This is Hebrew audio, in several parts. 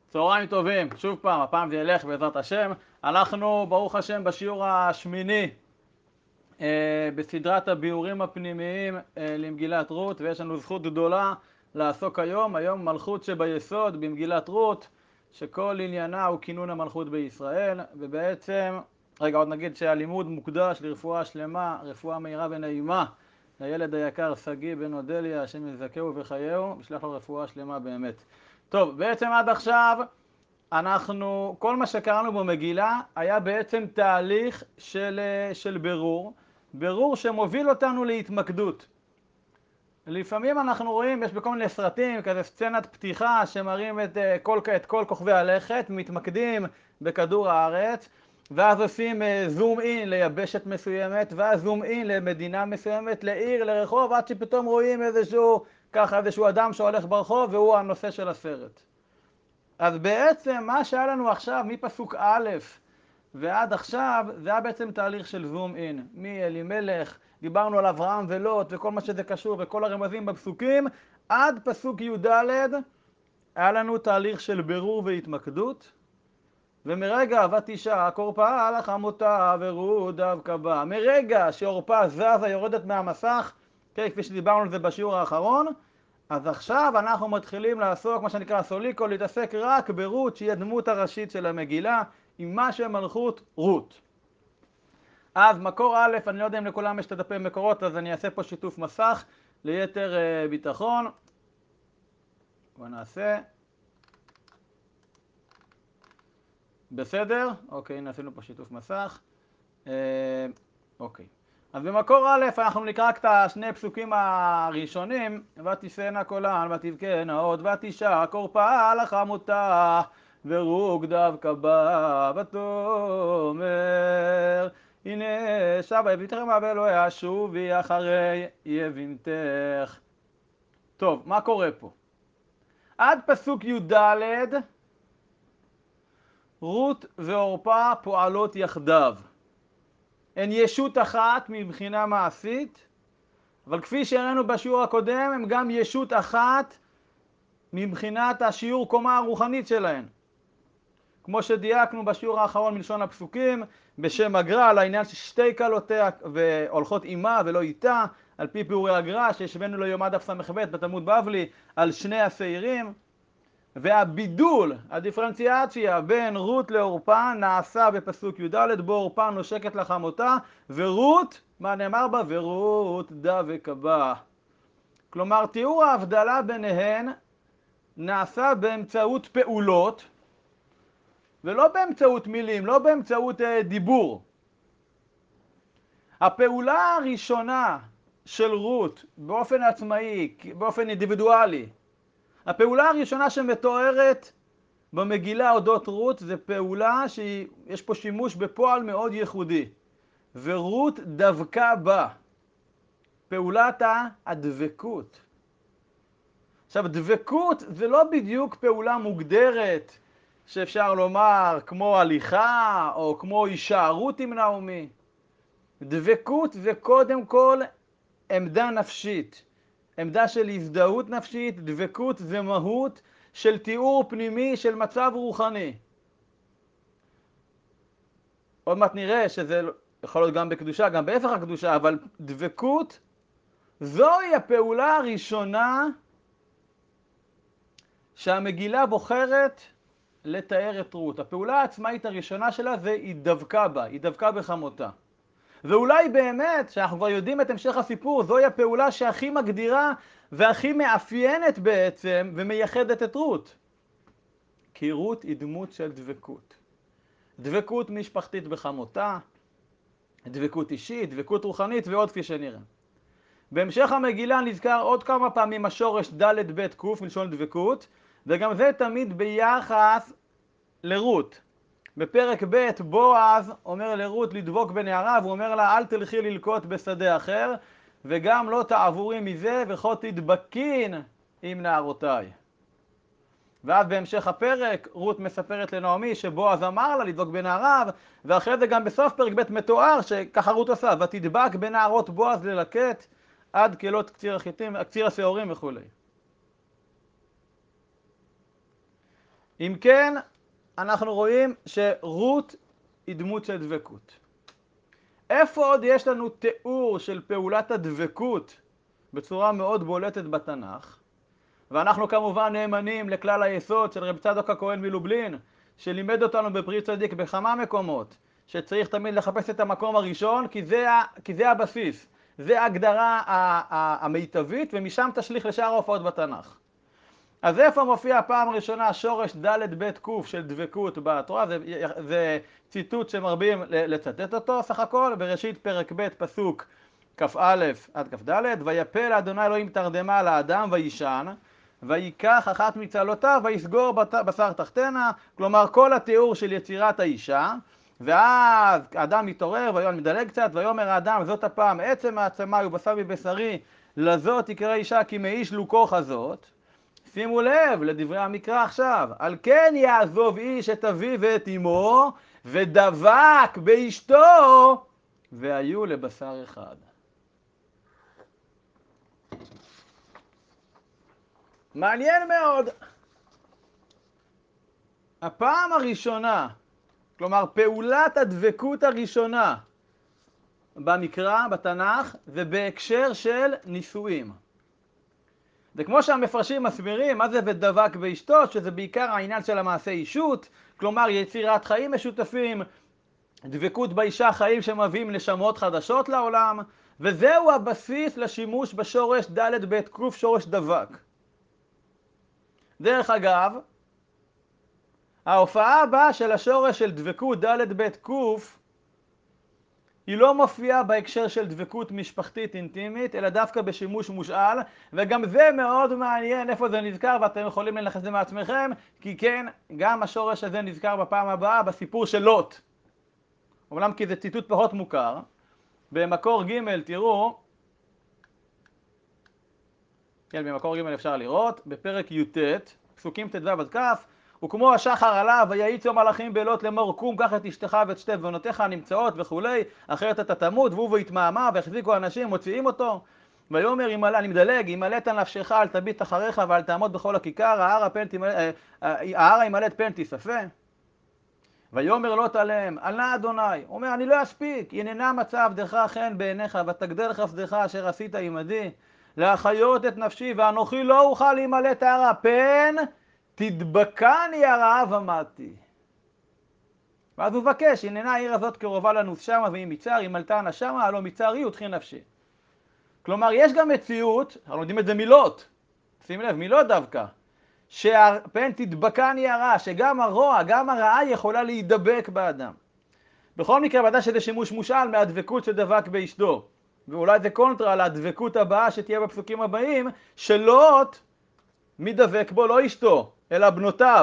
צהריים טובים, שוב פעם, הפעם זה ילך בעזרת השם. אנחנו, ברוך השם, בשיעור השמיני בסדרת הביאורים הפנימיים למגילת רות, ויש לנו זכות גדולה לעסוק היום מלכות שביסוד במגילת רות, שכל עניינה הוא כינון המלכות בישראל. ובעצם, עוד נגיד שהלימוד מוקדש לרפואה שלמה, רפואה מהירה ונעימה לילד היקר שגיא בן אודליה, השם יזכהו וחייהו, ישלח לו רפואה שלמה באמת. טוב, בעצם עד עכשיו כל מה שקראנו במגילה היה בעצם תהליך של בירור שמוביל אותנו להתמקדות. לפעמים אנחנו רואים, יש בכל מיני סרטים, כזה סצנת פתיחה שמראים את כל כוכבי הלכת, מתמקדים בכדור הארץ, ואז עושים זום אין ליבשת מסוימת, ואז זום אין למדינה מסוימת, לעיר, לרחוב, עד שפתאום רואים איזשהו אדם שהולך ברחוב, והוא הנושא של הסרט. אז בעצם מה שהיה לנו עכשיו מפסוק א' ועד עכשיו, זה היה בעצם תהליך של זום אין. מאלימלך, דיברנו על אברהם ולוט וכל מה שזה קשור וכל הרמזים בפסוקים, עד פסוק י"ד היה לנו תהליך של בירור והתמקדות. ומרגע ותשק עורפה על חמותה ורות דווקא בה, מרגע שעורפה זזה יורדת מהמסך, כפי שדיברנו על זה בשיעור האחרון, אז עכשיו אנחנו מתחילים לעסוק, מה שנקרא סוליקו, להתעסק רק ברות, שהיא הדמות הראשית של המגילה, עם מה שמלכות רות. אז מקור א', אני לא יודע אם לכולם יש את הדפי מקורות, אז אני אעשה פה שיתוף מסך ליתר ביטחון. ונעשה. בסדר? אוקיי, הנה עשינו פה שיתוף מסך. אוקיי. אז במקור א' אנחנו נקרא את השני פסוקים הראשונים, ותישאנה קולן ותבכנה עוד ותשק עורפה על חמותה ורות דווקא בה ותאמר הנה שבה יבימתכם באלוהיה שובי אחרי יבימתך. טוב, מה קורה פה? עד פסוק י"ד רות ועורפה פועלות יחדיו. הן ישות אחת מבחינה מעשית, אבל כפי שהראינו בשיעור הקודם, הן גם ישות אחת מבחינת השיעור קומה הרוחנית שלהן. כמו שדייקנו בשיעור האחרון מלשון הפסוקים, בשם הגר"א, על העניין ששתי כלותיה והולכות עימה ולא איתה, על פי פירורי הגר"א, שהשווינו ליומא דף ס"ב בתלמוד בבלי, על שני השעירים. והבידול, הדיפרנציאציה בין רות לעורפה נעשה בפסוק י"ד, בו עורפה נושקת לחמותה, ורות, מה נאמר בה? ורות דבקה בה. כלומר, תיאור ההבדלה ביניהן נעשה באמצעות פעולות, ולא באמצעות מילים, לא באמצעות דיבור. הפעולה הראשונה של רות באופן עצמאי, באופן אינדיבידואלי, הפעולה הראשונה שמתוארת במגילה אודות רות זה פעולה שיש פה שימוש בפועל מאוד ייחודי. ורות דבקה בה. פעולת הדבקות. עכשיו, דבקות זה לא בדיוק פעולה מוגדרת שאפשר לומר כמו הליכה או כמו הישארות עם נעמי. דבקות זה קודם כל עמדה נפשית. עמדה של הזדהות נפשית. דבקות זה מהות של תיאור פנימי של מצב רוחני. עוד מעט נראה שזה יכול להיות גם בקדושה, גם בהפך הקדושה, אבל דבקות זוהי הפעולה הראשונה שהמגילה בוחרת לתאר את רות. הפעולה העצמאית הראשונה שלה זה היא דבקה בה, היא דבקה בחמותה. ואולי באמת, שאנחנו כבר יודעים את המשך הסיפור, זוהי הפעולה שהכי מגדירה והכי מאפיינת בעצם ומייחדת את רות. כי רות היא דמות של דבקות. דבקות משפחתית בחמותה, דבקות אישית, דבקות רוחנית ועוד כפי שנראה. בהמשך המגילה נזכר עוד כמה פעמים השורש ד' ב' ק' מלשון דבקות, וגם זה תמיד ביחס לרות. בפרק ב' בועז אומר לרות לדבוק בנערה, והוא אומר לה אל תלכי ללקוט בשדה אחר, וגם לא תעבורי מזה וכה תדבקין עם נערותיי. ואז בהמשך הפרק רות מספרת לנעמי שבועז אמר לה לדבוק בנעריו, ואחרי זה גם בסוף פרק ב' מתואר שככה רות עושה, ותדבק בנערות בועז ללקט עד כלות קציר השעורים וכו'. אם כן, אנחנו רואים שרות היא דמות של דבקות. איפה עוד יש לנו תיאור של פעולת הדבקות בצורה מאוד בולטת בתנ"ך? ואנחנו כמובן נאמנים לכלל היסוד של רב צדוק הכהן מלובלין, שלימד אותנו בפרי צדיק בכמה מקומות, שצריך תמיד לחפש את המקום הראשון, כי זה הבסיס, זה ההגדרה המיטבית, ומשם תשליך לשאר ההופעות בתנ"ך. אז איפה מופיע פעם ראשונה שורש ד' ב' ק' של דבקות בתורה? זה ציטוט שמרבים לצטט אותו סך הכל, בראשית פרק ב' פסוק כ"א עד כ"ד, ויפל אדוני אלוהים תרדמה לאדם וישן, ויקח אחת מצלותיו ויסגור בשר תחתנה, כלומר כל התיאור של יצירת האישה, ואז האדם מתעורר, ויואל מדלג קצת, ויאמר האדם זאת הפעם עצם מעצמי ובשר מבשרי, לזאת תקרא אישה כי מאיש לוקח הזאת. שימו לב לדברי המקרא עכשיו, על כן יעזוב איש את אביו ואת אמו, ודבק באשתו, והיו לבשר אחד. מעניין מאוד. הפעם הראשונה, כלומר פעולת הדבקות הראשונה במקרא, בתנ"ך, זה בהקשר של נישואים. זה כמו שהמפרשים מסבירים מה זה ודבק באשתו, שזה בעיקר העניין של המעשה אישות, כלומר יצירת חיים משותפים, דבקות באישה, חיים שמביאים נשמות חדשות לעולם, וזהו הבסיס לשימוש בשורש ד' ב' ק' שורש דבק. דרך אגב, ההופעה הבאה של השורש של דבקות ד' ב' ק' היא לא מופיעה בהקשר של דבקות משפחתית אינטימית, אלא דווקא בשימוש מושאל, וגם זה מאוד מעניין איפה זה נזכר, ואתם יכולים לנחש את זה מעצמכם, כי כן, גם השורש הזה נזכר בפעם הבאה בסיפור של לוט. אומנם כי זה ציטוט פחות מוכר, במקור ג' תראו, כן, במקור ג' אפשר לראות, בפרק י"ט, פסוקים ט"ו עד כ', וכמו השחר עלה ויעיצו מלאכים בלוט לאמור קום קח את אשתך ואת שתי בנותיך הנמצאות וכולי, אחרת אתה תמות, והוא והתמהמה והחזיקו אנשים מוציאים אותו. ויאמר אני מדלג, ימלאת על נפשך אל תביט אחריך ואל תעמוד בכל הכיכר, ההר ימלא פן תיספה. ויאמר לוט עליהם אל נא אדוני, הוא אומר אני לא אספיק, יננה מצא עבדך חן בעיניך ותגדל חסדך אשר עשית עמדי להחיות את נפשי, ואנוכי לא אוכל להימלט ההרה, פן תדבקני הרעה ומתי. ואז הוא מבקש, הננה העיר הזאת קרובה לנוס שמה, ואם מצער, אם עלתה אנה שמה, הלא מצער היא ותחי נפשי. כלומר, יש גם מציאות, אנחנו יודעים את זה מילות, שים לב, מילות דווקא, שפן תדבקני הרעה, שגם הרוע, גם הרעה יכולה להידבק באדם. בכל מקרה, ודאי שזה שימוש מושאל מהדבקות שדבק באשתו. ואולי זה קונטרה לדבקות הבאה שתהיה בפסוקים הבאים, שלוט מדבק בו לא אשתו, אלא בנותיו.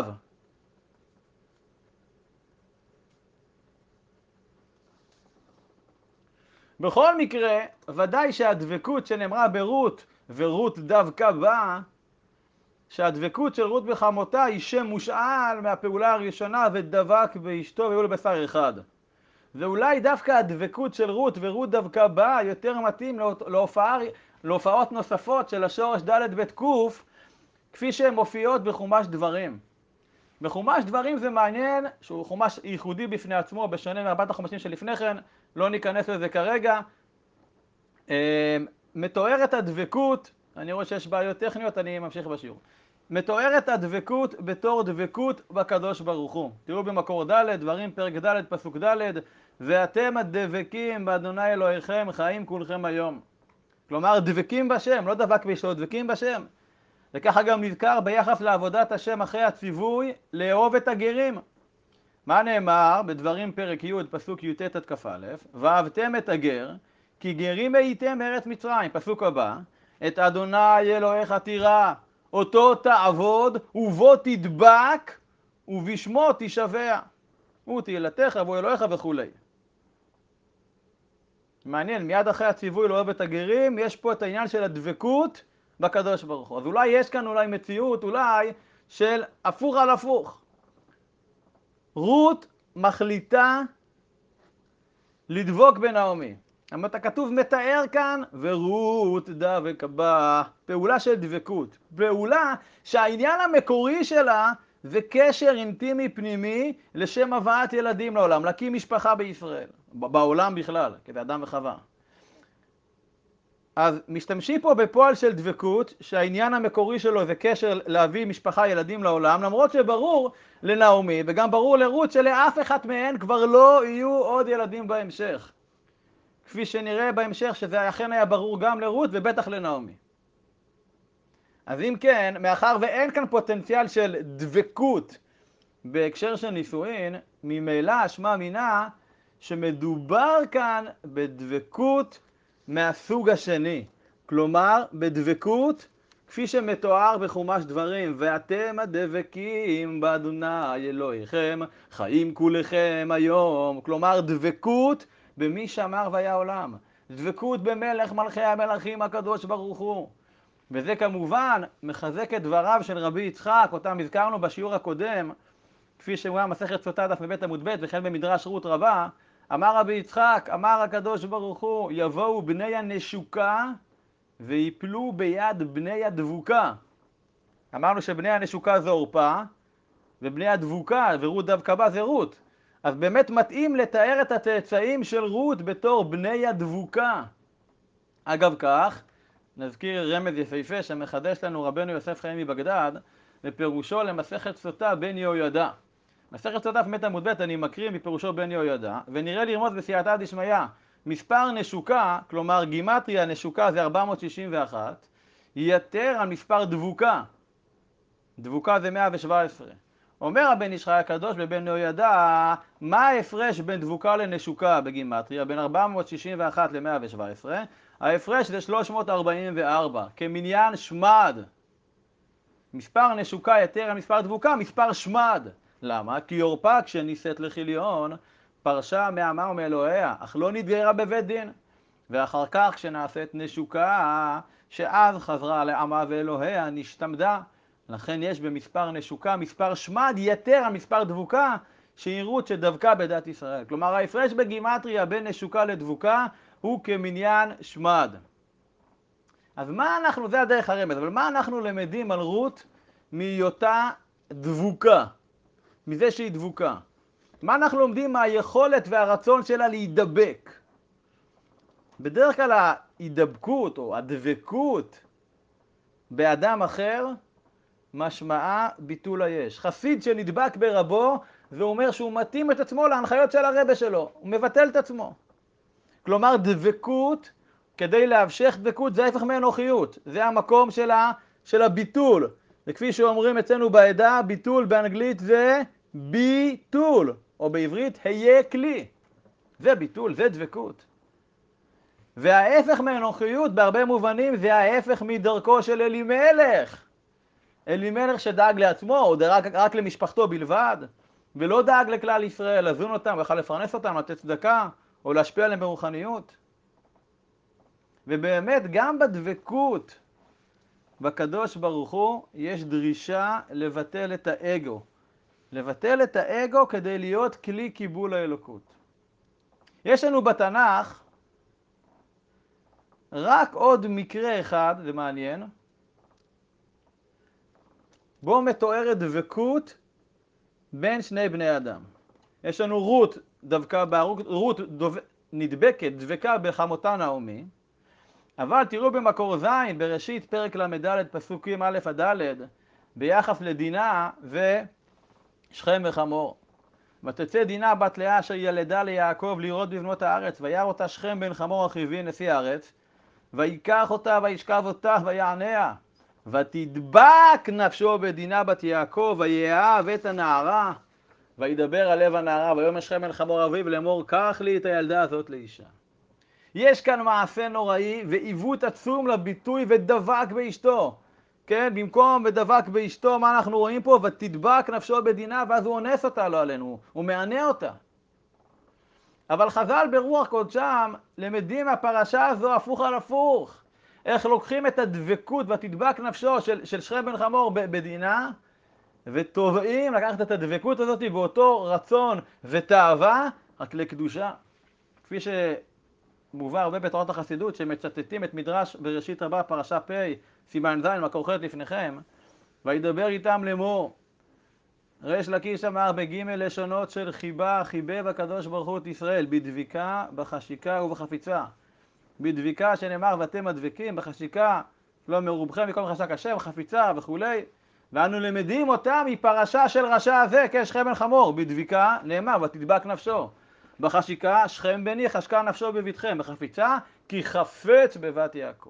בכל מקרה, ודאי שהדבקות שנאמרה ברות, ורות דווקא בה, שהדבקות של רות בחמותה היא שם מושאל מהפעולה הראשונה, ודבק באשתו והיו לבשר אחד. ואולי דווקא הדבקות של רות ורות דווקא בה יותר מתאים להופעות נוספות של השורש ד' ב' ק', כפי שהן מופיעות בחומש דברים. בחומש דברים זה מעניין, שהוא חומש ייחודי בפני עצמו, בשונה מארבעת החומשים שלפני כן, לא ניכנס לזה כרגע. מתוארת הדבקות, אני רואה שיש בעיות טכניות, אני ממשיך בשיעור. מתוארת הדבקות בתור דבקות בקדוש ברוך הוא. תראו במקור ד', דברים פרק ד' פסוק ד', ואתם הדבקים באדוני אלוהיכם חיים כולכם היום. כלומר דבקים בשם, לא דבק באשתו, דבקים בשם. וככה גם נזכר ביחס לעבודת השם אחרי הציווי לאהוב את הגרים. מה נאמר בדברים פרק י' פסוק י"ט עד כ"א, ואהבתם את הגר כי גרים הייתם מארץ מצרים. פסוק הבא, את אדוני אלוהיך תירא, אותו תעבוד ובו תדבק ובשמו תשבע, הוא תהילתך והוא אלוהיך וכולי. מעניין, מיד אחרי הציווי לאהוב את הגרים יש פה את העניין של הדבקות בקדוש ברוך הוא. אז אולי יש כאן אולי מציאות אולי של הפוך על הפוך. רות מחליטה לדבוק בנעמי. הכתוב מתאר כאן, ורות דבק בה, פעולה של דבקות. פעולה שהעניין המקורי שלה זה קשר אינטימי פנימי לשם הבאת ילדים לעולם, להקים משפחה בישראל, בעולם בכלל, כדי אדם וחווה. אז משתמשים פה בפועל של דבקות, שהעניין המקורי שלו זה קשר להביא משפחה ילדים לעולם, למרות שברור לנעמי וגם ברור לרות שלאף אחת מהן כבר לא יהיו עוד ילדים בהמשך. כפי שנראה בהמשך שזה אכן היה ברור גם לרות ובטח לנעמי. אז אם כן, מאחר ואין כאן פוטנציאל של דבקות בהקשר של נישואין, ממילא שמה מינה שמדובר כאן בדבקות מהסוג השני. כלומר, בדבקות כפי שמתואר בחומש דברים, ואתם הדבקים באדוני אלוהיכם, חיים כולכם היום. כלומר, דבקות במי שאמר והיה עולם. דבקות במלך מלכי המלכים הקדוש ברוך הוא. וזה כמובן מחזק את דבריו של רבי יצחק, אותם הזכרנו בשיעור הקודם, כפי שאמרה מסכת סוטה דף מבית עמוד ב' וכן במדרש רות רבה, אמר רבי יצחק, אמר הקדוש ברוך הוא, יבואו בני הנשוקה ויפלו ביד בני הדבוקה. אמרנו שבני הנשוקה זה עורפה, ובני הדבוקה, ורות דווקא בה זה רות. אז באמת מתאים לתאר את הצאצאים של רות בתור בני הדבוקה. אגב כך, נזכיר רמז יפהפה שמחדש לנו רבנו יוסף חיים מבגדד, בפירושו למסכת סוטה בן יהוידע. מסכת סוטה מת עמוד ב' אני מקריא מפירושו בן יהוידע, ונראה לרמוז בסייעתא דשמיא, מספר נשוקה, כלומר גימטריה נשוקה זה 461, יתר על מספר דבוקה. דבוקה זה 117. אומר הבן איש חי הקדוש בבן יהוידע, מה ההפרש בין דבוקה לנשוקה בגימטריה, בין 461 ל-117? ההפרש זה 344, כמניין שמד. מספר נשוקה יתר על מספר דבוקה, מספר שמד. למה? כי עורפה כשנישאת לכיליון, פרשה מעמה ומאלוהיה, אך לא נתגיירה בבית דין. ואחר כך כשנעשית נשוקה, שאז חזרה לעמה ואלוהיה, נשתמדה. לכן יש במספר נשוקה מספר שמד יתר על מספר דבוקה, שהיא רות שדבקה בדת ישראל. כלומר ההפרש בגימטריה בין נשוקה לדבוקה הוא כמניין שמד. אז מה אנחנו, זה הדרך הרמז, אבל מה אנחנו למדים על רות מהיותה דבוקה, מזה שהיא דבוקה? מה אנחנו לומדים מהיכולת והרצון שלה להידבק? בדרך כלל ההידבקות או הדבקות באדם אחר משמעה ביטול היש. חסיד שנדבק ברבו, זה אומר שהוא מתאים את עצמו להנחיות של הרבה שלו, הוא מבטל את עצמו. כלומר דבקות, כדי להמשך דבקות זה ההפך מאנוכיות, זה המקום של הביטול. וכפי שאומרים אצלנו בעדה, ביטול באנגלית זה ביטול, או בעברית היה כלי. זה ביטול, זה דבקות. וההפך מאנוכיות בהרבה מובנים זה ההפך מדרכו של אלימלך. אלימלך שדאג לעצמו, או דאג רק למשפחתו בלבד, ולא דאג לכלל ישראל, לזון אותם, ויכל לפרנס אותם, לתת צדקה, או להשפיע עליהם ברוחניות. ובאמת גם בדבקות בקדוש ברוך הוא יש דרישה לבטל את האגו. לבטל את האגו כדי להיות כלי קיבול האלוקות. יש לנו בתנ"ך רק עוד מקרה אחד, זה מעניין, בו מתוארת דבקות בין שני בני אדם. יש לנו רות נדבקת, דבקה בחמותה נעמי, אבל תראו במקור ז' בראשית פרק ל"ד פסוקים א' עד ד' ביחס לדינה ושכם וחמור. ותצא דינה בת לאה אשר ילדה ליעקב לראות בבנות הארץ, וירא אותה שכם בן חמור אחיו נשיא הארץ, ויקח אותה וישכב אותה ויעניה, ותדבק נפשו בדינה בת יעקב, ויאהב את הנערה, וידבר על לב הנערה, ויאמר שכם בן חמור אביו לאמור, קח לי את הילדה הזאת לאישה. יש כאן מעשה נוראי ועיוות עצום לביטוי ודבק באשתו. כן, במקום ודבק באשתו, מה אנחנו רואים פה? ותדבק נפשו בדינה, ואז הוא אונס אותה, לא עלינו, הוא מענה אותה. אבל חז"ל ברוח קודשם למדים מהפרשה הזו הפוך על הפוך. איך לוקחים את הדבקות ותדבק נפשו של שכם בן חמור בדינה, ותובעים לקחת את הדבקות הזאת באותו רצון ותאווה רק לקדושה. כפי שמובא הרבה בתורת החסידות שמצטטים את מדרש בראשית רבה פרשה פ' סימן ז' מקור ח' לפניכם, וידבר איתם לאמור, ריש לקיש אמר בג' לשונות של חיבה, חיבב הקדוש ברוך הוא את ישראל, בדביקה, בחשיקה ובחפיצה. בדביקה שנאמר ואתם הדבקים, בחשיקה לא מרובכם מכל חשק השם, חפיצה וכולי. ואנו למדים אותה מפרשה של רשע הזה, כשכם בן חמור. בדביקה נאמר ותדבק נפשו. בחשיקה שכם בני חשקה נפשו בביתכם. בחפיצה כי חפץ בבת יעקב.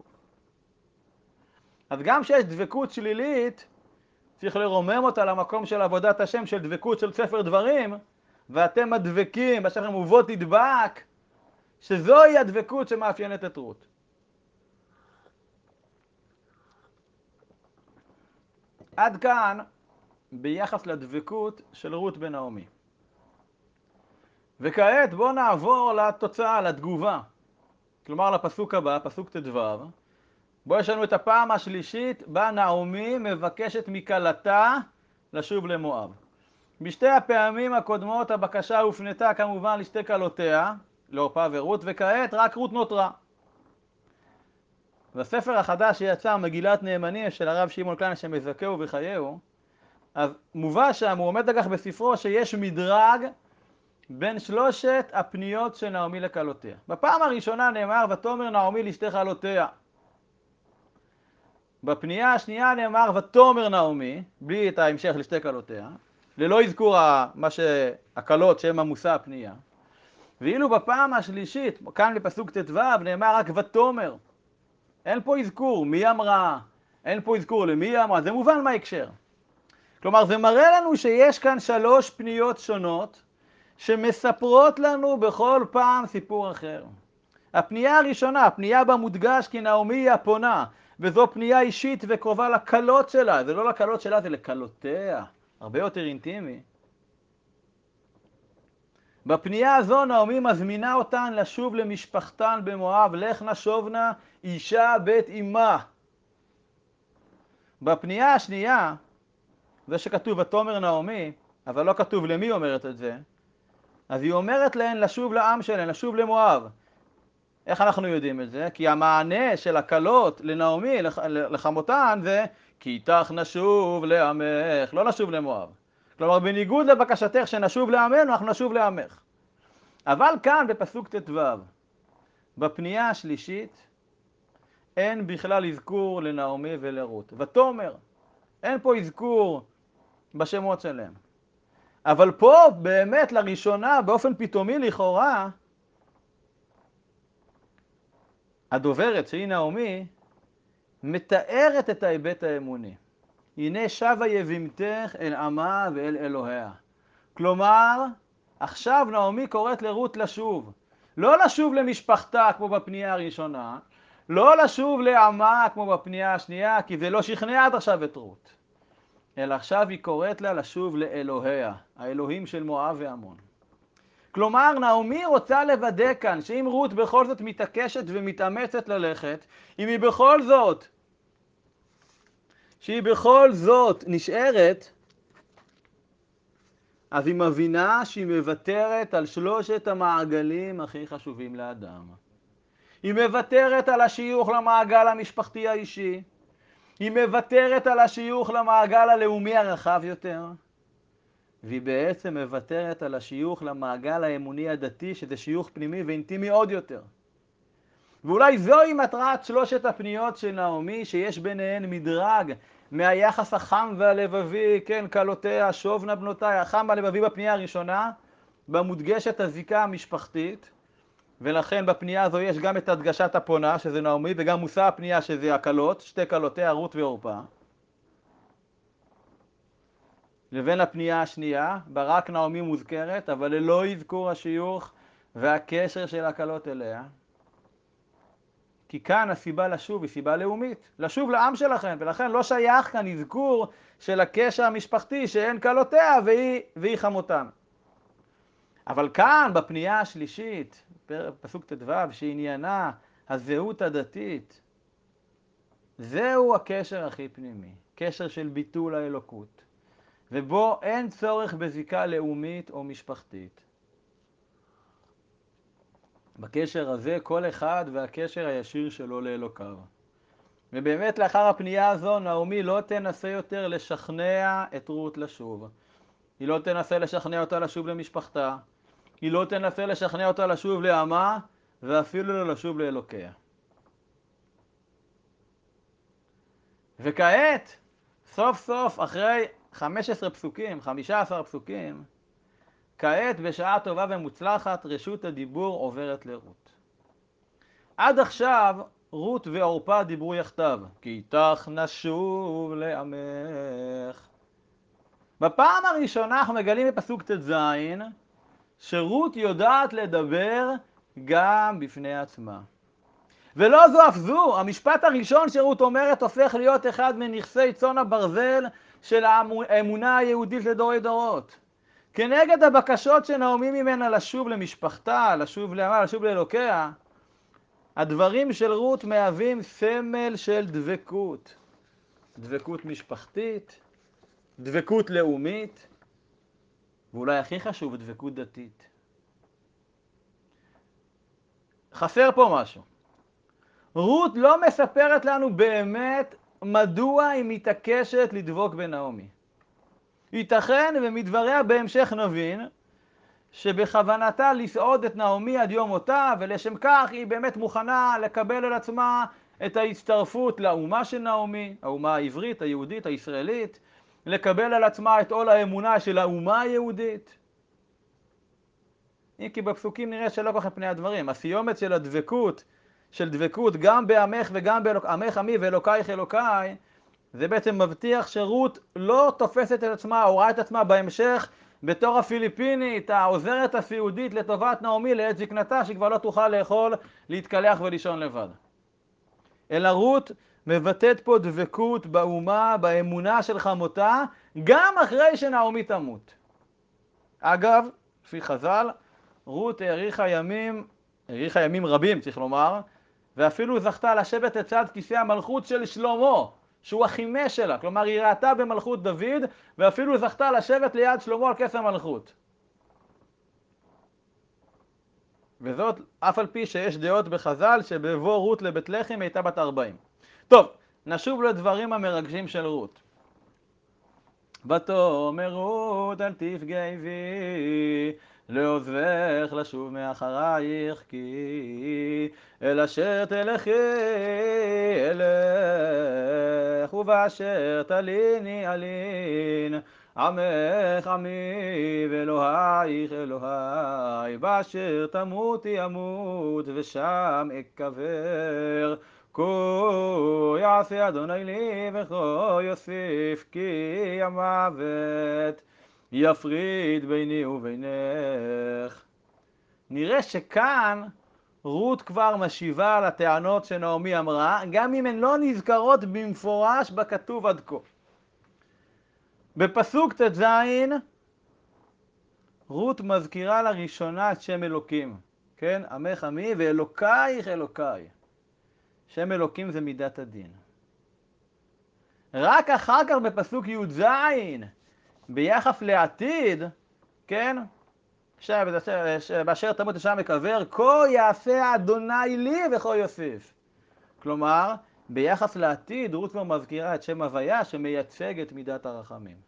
אז גם שיש דבקות שלילית, צריך לרומם אותה למקום של עבודת השם, של דבקות של ספר דברים, ואתם הדבקים, בשלכם ובו תדבק, שזוהי הדבקות שמאפיינת את רות. עד כאן ביחס לדבקות של רות בנעמי. וכעת בואו נעבור לתוצאה, לתגובה. כלומר לפסוק הבא, פסוק ט"ו. בו יש לנו את הפעם השלישית בה נעמי מבקשת מכלתה לשוב למואב. בשתי הפעמים הקודמות הבקשה הופנתה כמובן לשתי כלותיה, לאורפה ורות, וכעת רק רות נותרה. בספר החדש שיצא, מגילת נאמנים של הרב שמעון קליין שמזכהו בחייהו, אז מובא שם, הוא עומד לכך בספרו, שיש מדרג בין שלושת הפניות של נעמי לכלותיה. בפעם הראשונה נאמר ותאמר נעמי לשתי כלותיה. בפנייה השנייה נאמר ותאמר נעמי, בלי את ההמשך לשתי כלותיה, ללא אזכור הכלות שהן המושא הפנייה. ואילו בפעם השלישית, כאן בפסוק ט"ו, נאמר רק ותאמר. אין פה אזכור מי אמרה, אין פה אזכור למי אמרה, זה מובן מה ההקשר. כלומר, זה מראה לנו שיש כאן שלוש פניות שונות, שמספרות לנו בכל פעם סיפור אחר. הפנייה הראשונה, הפנייה בה מודגש כי נעמי היא הפונה, וזו פנייה אישית וקרובה לקלות שלה, זה לא לקלות שלה, זה לקלותיה, הרבה יותר אינטימי. בפנייה הזו נעמי מזמינה אותן לשוב למשפחתן במואב, לך נשובנה אישה בית אמה. בפנייה השנייה, זה שכתוב ותאמר נעמי, אבל לא כתוב למי אומרת את זה, אז היא אומרת להן לשוב לעם שלהן, לשוב למואב. איך אנחנו יודעים את זה? כי המענה של הכלות לנעמי, לחמותן, זה כי איתך נשוב לעמך, לא נשוב למואב. כלומר, בניגוד לבקשתך שנשוב לעמנו, אנחנו נשוב לעמך. אבל כאן בפסוק ט"ו, בפנייה השלישית, אין בכלל אזכור לנעמי ולרות. ותאמר, אין פה אזכור בשמות שלהם. אבל פה באמת לראשונה, באופן פתאומי לכאורה, הדוברת שהיא נעמי, מתארת את ההיבט האמוני. הנה שבה יבימתך אל עמה ואל אלוהיה. כלומר, עכשיו נעמי קוראת לרות לשוב. לא לשוב למשפחתה כמו בפנייה הראשונה, לא לשוב לעמה כמו בפנייה השנייה, כי זה לא שכנע עד עכשיו את רות. אלא עכשיו היא קוראת לה לשוב לאלוהיה, האלוהים של מואב ועמון. כלומר, נעמי רוצה לוודא כאן שאם רות בכל זאת מתעקשת ומתאמצת ללכת, אם היא בכל זאת נשארת, אז היא מבינה שהיא מוותרת על שלושת המעגלים הכי חשובים לאדם. היא מוותרת על השיוך למעגל המשפחתי האישי, היא מוותרת על השיוך למעגל הלאומי הרחב יותר, והיא בעצם מוותרת על השיוך למעגל האמוני הדתי, שזה שיוך פנימי ואינטימי עוד יותר. ואולי זוהי מטרת שלושת הפניות של נעמי, שיש ביניהן מדרג מהיחס החם והלבבי, כן, כלותיה, שובנה בנותיה, החם והלבבי בפנייה הראשונה, במודגשת הזיקה המשפחתית, ולכן בפנייה הזו יש גם את הדגשת הפונה, שזה נעמי, וגם מושא הפנייה, שזה הכלות, שתי כלותיה, רות ואורפה. לבין הפנייה השנייה, בה רק נעמי מוזכרת, אבל ללא אזכור השיוך והקשר של הכלות אליה. כי כאן הסיבה לשוב היא סיבה לאומית, לשוב לעם שלכם, ולכן לא שייך כאן אזכור של הקשר המשפחתי שאין כלותיה והיא חמותן. אבל כאן בפנייה השלישית, פסוק ט"ו, שעניינה הזהות הדתית, זהו הקשר הכי פנימי, קשר של ביטול האלוקות, ובו אין צורך בזיקה לאומית או משפחתית. בקשר הזה כל אחד והקשר הישיר שלו לאלוקיו. ובאמת לאחר הפנייה הזו נעמי לא תנסה יותר לשכנע את רות לשוב. היא לא תנסה לשכנע אותה לשוב למשפחתה, היא לא תנסה לשכנע אותה לשוב לעמה, ואפילו לא לשוב לאלוקיה. וכעת, סוף סוף, אחרי 15 פסוקים, 15 פסוקים, כעת בשעה טובה ומוצלחת רשות הדיבור עוברת לרות. עד עכשיו רות ועורפה דיברו יחדיו, כי איתך נשוב לעמך. בפעם הראשונה אנחנו מגלים בפסוק ט"ז שרות יודעת לדבר גם בפני עצמה. ולא זו אף זו, המשפט הראשון שרות אומרת הופך להיות אחד מנכסי צאן הברזל של האמונה היהודית לדורי דורות. כנגד הבקשות שנעמי ממנה לשוב למשפחתה, לשוב לעמה, לשוב לאלוקיה, הדברים של רות מהווים סמל של דבקות. דבקות משפחתית, דבקות לאומית, ואולי הכי חשוב, דבקות דתית. חסר פה משהו. רות לא מספרת לנו באמת מדוע היא מתעקשת לדבוק בנעמי. ייתכן ומדבריה בהמשך נבין שבכוונתה לסעוד את נעמי עד יום מותה, ולשם כך היא באמת מוכנה לקבל על עצמה את ההצטרפות לאומה של נעמי, האומה העברית, היהודית, הישראלית, לקבל על עצמה את עול האמונה של האומה היהודית. אם כי בפסוקים נראה שלא כל כך פני הדברים. הסיומת של הדבקות, של דבקות גם בעמך וגם עמך עמי ואלוקייך אלוקיי, זה בעצם מבטיח שרות לא תופסת את עצמה או רואה את עצמה בהמשך בתור הפיליפינית, העוזרת הסיעודית לטובת נעמי לעת זקנתה, שכבר לא תוכל לאכול, להתקלח ולישון לבד. אלא רות מבטאת פה דבקות באומה, באמונה של חמותה, גם אחרי שנעמי תמות. אגב, לפי חז"ל, רות האריכה ימים רבים, צריך לומר, ואפילו זכתה לשבת לצד כיסא המלכות של שלמה, שהוא החימש שלה. כלומר, היא ראתה במלכות דוד, ואפילו זכתה לשבת ליד שלמה על כס המלכות. וזאת אף על פי שיש דעות בחז"ל שבבוא רות לבית לחם הייתה בת 40. טוב, נשוב לדברים המרגשים של רות. ותאמר רות אל תפגעי בי, לעוזבך לשוב מאחרייך, כי אל אשר תלכי אלך, ובאשר תליני אלין, עמך עמי ואלוהיך אלוהי, באשר תמותי אמות ושם אקבר. כה יעשה אדוני לי וכה יוסיף, כי המוות יפריד ביני ובינך. נראה שכאן רות כבר משיבה על הטענות שנעמי אמרה, גם אם הן לא נזכרות במפורש בכתוב עד כה. בפסוק ט"ז רות מזכירה לראשונה את שם אלוקים, כן? עמך עמי ואלוקייך אלוקיי. שם אלוקים זה מידת הדין. רק אחר כך בפסוק י"ז, ביחס לעתיד, כן? באשר תמות ושם אקבר, כה יעשה אדוני לי וכה יוסיף. כלומר, ביחס לעתיד, רות כבר מזכירה את שם הוויה שמייצג את מידת הרחמים.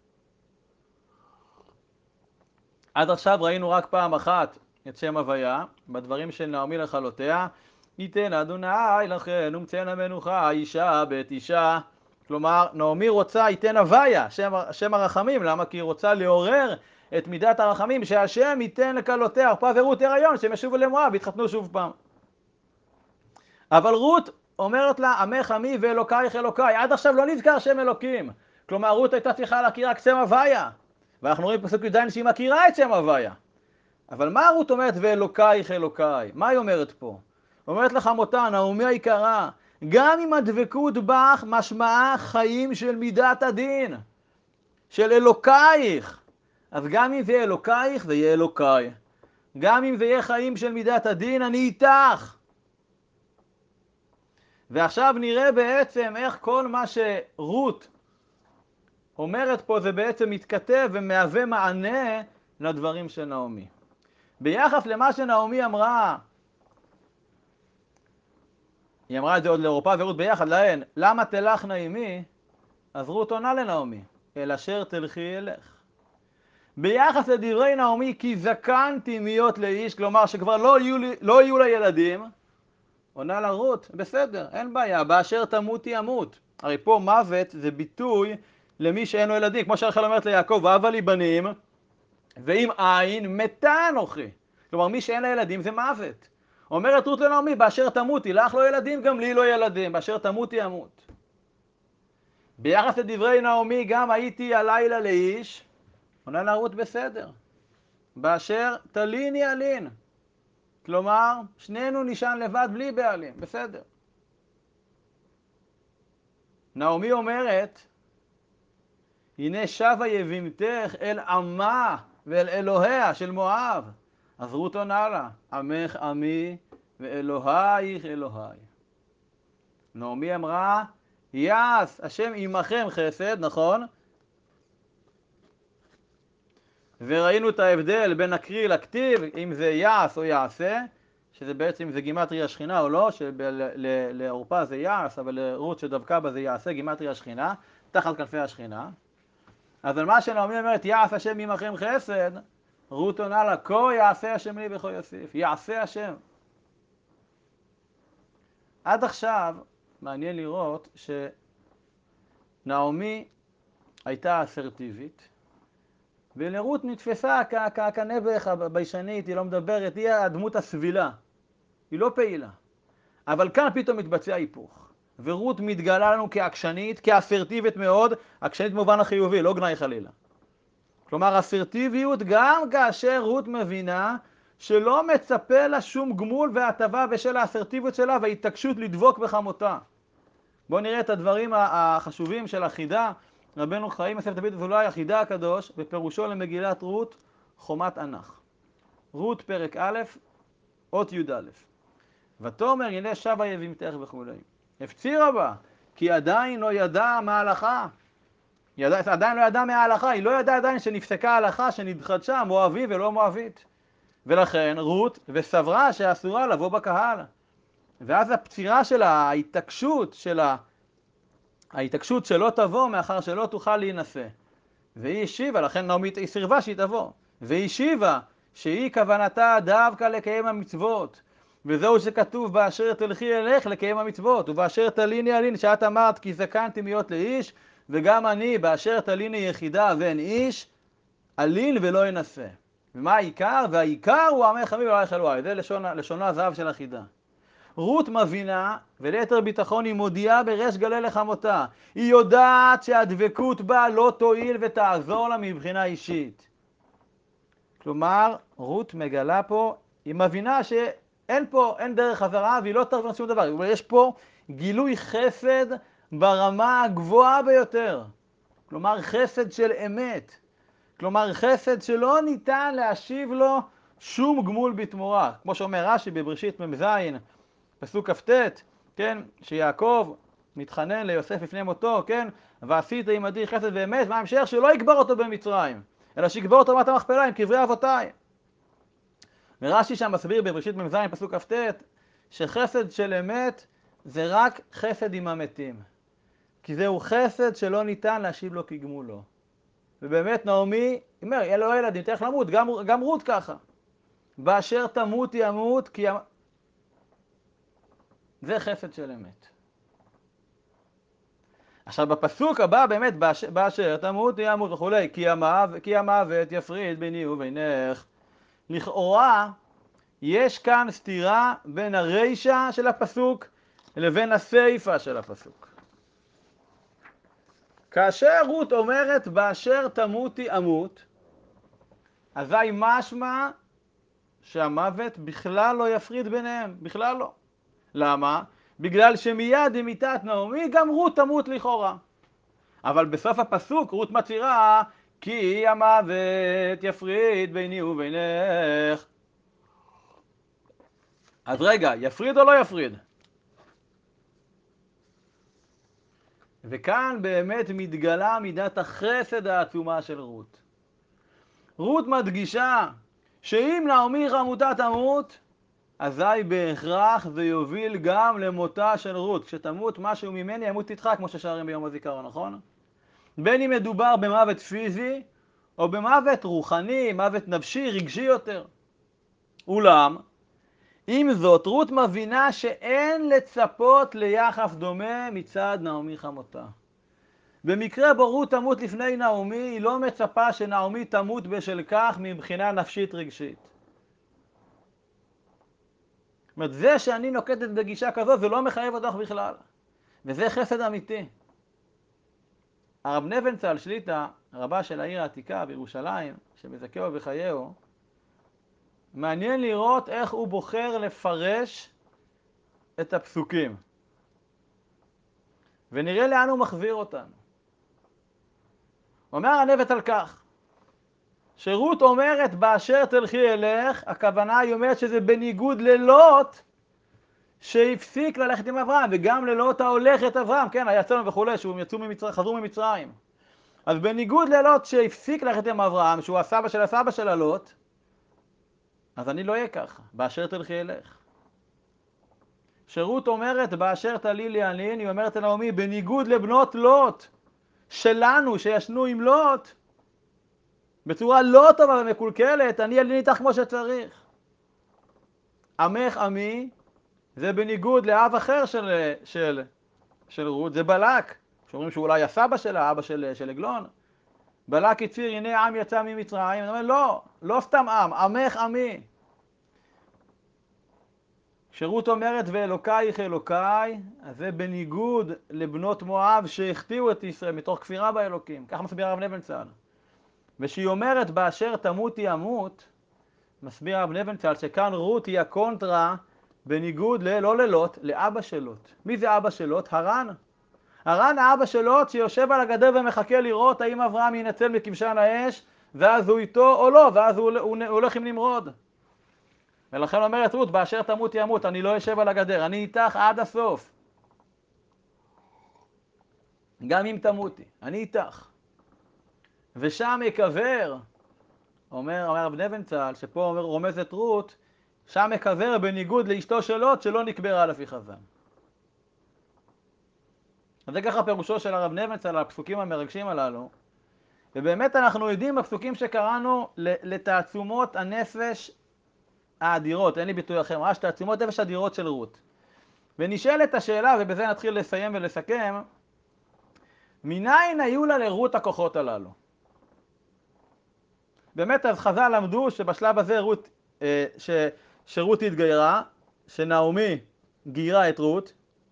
עד עכשיו ראינו רק פעם אחת את שם הוויה, בדברים של נעמי לכלותיה, ייתן אדוני לכן ומצאנה מנוחה אישה בית אישה. כלומר, נעמי רוצה ייתן הוויה, שם הרחמים. למה? כי היא רוצה לעורר את מידת הרחמים, שהשם ייתן לכלותיה, עורפה ורות הריון, שהם ישובו למואב והתחתנו שוב פעם. אבל רות אומרת לה, עמך עמי ואלוקייך אלוקיי. עד עכשיו לא נזכר שם אלוקים. כלומר, רות הייתה צריכה להכיר רק שם הוויה. ואנחנו רואים בפסוק י"ז שהיא מכירה את שם הוויה. אבל מה רות אומרת ואלוקייך אלוקיי? מה היא אומרת פה? אומרת לך מותה, נעמי היקרה, גם אם הדבקות בך משמעה חיים של מידת הדין, של אלוקייך, אז גם אם זה יהיה אלוקייך, זה יהיה אלוקיי. גם אם זה יהיה חיים של מידת הדין, אני איתך. ועכשיו נראה בעצם איך כל מה שרות אומרת פה זה בעצם מתכתב ומהווה מענה לדברים של נעמי. ביחס למה שנעמי אמרה, היא אמרה את זה עוד לעורפה ורות ביחד להן, למה תלכנה עמי? אז רות עונה לנעמי, אל אשר תלכי אלך. ביחס לדברי נעמי כי זקנתי להיות לאיש, כלומר שכבר לא יהיו לה ילדים, עונה לה רות, בסדר, אין בעיה, באשר תמותי אמות. הרי פה מוות זה ביטוי למי שאין לו ילדים, כמו שרחל אומרת ליעקב, והבה לי בנים, ואם אין, מתה אנוכי. כלומר, מי שאין לה ילדים זה מוות. אומרת רות לנעמי, באשר תמותי, לך לא ילדים, גם לי לא ילדים, באשר תמותי אמות. ביחס לדברי נעמי, גם הייתי הלילה לאיש, עונה לה רות, בסדר. באשר תליני אלין. כלומר, שנינו נשען לבד בלי בעלים, בסדר. נעמי אומרת, הנה שבה יבימתך אל עמה ואל אלוהיה של מואב. אז רות עונה לה, עמך עמי ואלוהיך אלוהי. נעמי אמרה, יעש השם עמכם חסד, נכון? וראינו את ההבדל בין הקריא לכתיב, אם זה יעש או יעשה, שזה בעצם זה גימטריה השכינה או לא, שלעורפה זה יעש, אבל לרות שדבקה בה זה יעשה, גימטריה השכינה, תחת כנפי השכינה. אז על מה שנעמי אומרת, יעש השם עמכם חסד, רות עונה לה, כה יעשה השם לי וכה יוסיף, יעשה השם. עד עכשיו מעניין לראות שנעמי הייתה אסרטיבית, ולרות נתפסה כנבך הביישנית, היא לא מדברת, היא הדמות הסבילה, היא לא פעילה. אבל כאן פתאום מתבצע היפוך, ורות מתגלה לנו כעקשנית, כאסרטיבית מאוד, עקשנית במובן החיובי, לא גנאי חלילה. כלומר, אסרטיביות גם כאשר רות מבינה שלא מצפה לה שום גמול והטבה בשל האסרטיביות שלה וההתעקשות לדבוק בחמותה. בואו נראה את הדברים החשובים של החידה. רבנו חיים יוסף דוד אזולאי, החידה הקדוש, בפירושו למגילת רות, חומת ענך. רות פרק א', אות י"א. ותאמר הנה שבה יבימתך וכו'. הפצירה בה, כי עדיין לא ידע מה ההלכה. עדיין לא ידע מההלכה, היא לא ידעה עדיין שנפסקה ההלכה, שנתחדשה מואבי ולא מואבית. ולכן רות וסברה שאסורה לבוא בקהל. ואז הפצירה שלה, ההתעקשות שלא תבוא מאחר שלא תוכל להינשא. והיא השיבה, לכן נעמי היא סירבה שהיא תבוא. והיא השיבה שהיא כוונתה דווקא לקיים המצוות. וזהו שכתוב באשר תלכי אלך לקיים המצוות, ובאשר תליני אלין, שאת אמרת כי זקנתי להיות לאיש, וגם אני באשר תליני יחידה ואין איש, אלין ולא אנסה. ומה העיקר? והעיקר הוא עמך עמי ואלוהיך אלוהי. זה לשונו הזהב של החידה. רות מבינה, וליתר ביטחון היא מודיעה בריש גלי לחמותה. היא יודעת שהדבקות בה לא תועיל ותעזור לה מבחינה אישית. כלומר, רות מגלה פה, היא מבינה שאין פה, אין דרך חזרה, והיא לא תרווין שום דבר. אבל יש פה גילוי חסד ברמה הגבוהה ביותר. כלומר, חסד של אמת. כלומר, חסד שלא ניתן להשיב לו שום גמול בתמורה. כמו שאומר רש"י בבראשית מ"ז, פסוק כ"ט, כן, שיעקב מתחנן ליוסף לפני מותו, כן, ועשית עמדי חסד ואמת, מה ההמשך? שלא יקבר אותו במצרים, אלא שיקבר אותו במערת המכפלה עם קברי אבותיי. ורש"י שם מסביר בבראשית מ"ז פסוק כ"ט, שחסד של אמת זה רק חסד עם המתים, כי זהו חסד שלא ניתן להשיב לו כגמולו. ובאמת נעמי, אומר, אין לו ילדים, תלך למות, גם רות ככה. באשר תמותי אמות, כי זה חסד של אמת. עכשיו בפסוק הבא באמת, באשר תמותי אמות וכולי, כי המוות יפריד ביני ובינך. לכאורה יש כאן סתירה בין הרישה של הפסוק לבין הסיפה של הפסוק. כאשר רות אומרת באשר תמותי אמות, אזי משמע שהמוות בכלל לא יפריד ביניהם, בכלל לא. למה? בגלל שמיד עם מיתת נעמי גם רות תמות לכאורה. אבל בסוף הפסוק רות מצהירה כי המוות יפריד ביני ובינך. אז רגע, יפריד או לא יפריד? וכאן באמת מתגלה מידת החסד העצומה של רות. רות מדגישה שאם נעמי חמותה תמות, אזי בהכרח זה יוביל גם למותה של רות. כשתמות משהו ממני ימות איתך, כמו ששרים ביום הזיכרון, נכון? בין אם מדובר במוות פיזי או במוות רוחני, מוות נפשי, רגשי יותר. אולם, עם זאת, רות מבינה שאין לצפות ליחס דומה מצד נעמי חמותה. במקרה בו רות תמות לפני נעמי, היא לא מצפה שנעמי תמות בשל כך מבחינה נפשית רגשית. זאת אומרת, זה שאני נוקטת בגישה כזאת, זה לא מחייב אותך בכלל. וזה חסד אמיתי. הרב נבנצל שליט"א, רבה של העיר העתיקה בירושלים, שמזכהו וחייהו, מעניין לראות איך הוא בוחר לפרש את הפסוקים. ונראה לאן הוא מחזיר אותנו. אומר הנבט על כך, שרות אומרת באשר תלכי אלך, הכוונה היא אומרת שזה בניגוד ללוט שהפסיק ללכת עם אברהם, וגם ללוט ההולך את אברהם, כן, היה צאן וכו', חזרו ממצרים. אז בניגוד ללוט שהפסיק ללכת עם אברהם, שהוא הסבא של הסבא של הלוט, אז אני לא אהיה ככה, באשר תלכי אלך. שרות אומרת באשר תלי לי ענין, היא אומרת לנעמי, בניגוד לבנות לוט שלנו שישנו עם לוט, בצורה לא טובה ומקולקלת, אני אלין איתך כמו שצריך. עמך עמי, זה בניגוד לאב אחר של רות, זה בלק, שאומרים שהוא אולי הסבא שלה, אבא של עגלון. בלק הצהיר, הנה עם יצא ממצרים, אני אומר, לא, לא סתם עם, עמך עמי. שרות אומרת ואלוקייך אלוקיי, אז זה בניגוד לבנות מואב שהחטיאו את ישראל מתוך כפירה באלוקים. כך מסביר הרב נבנצל. ושהיא אומרת באשר תמותי אמות, מסביר הרב נבנצל שכאן רות היא הקונטרה בניגוד לא ללוט, לאבא של לוט. מי זה אבא של לוט? הרן. הרן האבא של לוט שיושב על הגדר ומחכה לראות האם אברהם ינצל מכבשן האש ואז הוא איתו או לא, ואז הוא הולך עם נמרוד. ולכן אומרת רות, באשר תמותי אמות, אני לא אשב על הגדר, אני איתך עד הסוף. גם אם תמותי, אני איתך. ושם יקבר, אומר הרב נבנצל, שפה רומזת רות, שם יקבר בניגוד לאשתו של לוט שלא נקברה לפי חז"ל. אז זה ככה פירושו של הרב נבנצל על הפסוקים המרגשים הללו. ובאמת אנחנו יודעים בפסוקים שקראנו לתעצומות הנפש האדירות, אין לי ביטוי אחר, ממש תעצומות נפש אדירות של רות. ונשאלת השאלה, ובזה נתחיל לסיים ולסכם, מניין היו לה לרות הכוחות הללו? באמת אז חז"ל למדו שבשלב הזה שרות התגיירה, שנעמי גיירה את רות,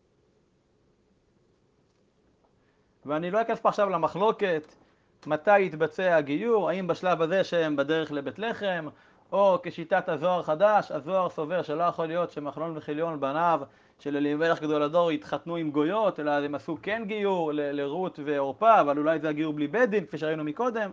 ואני לא אכנס פה עכשיו למחלוקת מתי יתבצע הגיור, האם בשלב הזה שהם בדרך לבית לחם, או כשיטת הזוהר חדש, הזוהר סובר שלא יכול להיות שמחלון וחיליון בניו של אלימלך גדול הדור התחתנו עם גויות, אלא הם עשו כן גיור לרות ועורפה, אבל אולי זה הגיור בלי בית דין, כפי שראינו מקודם.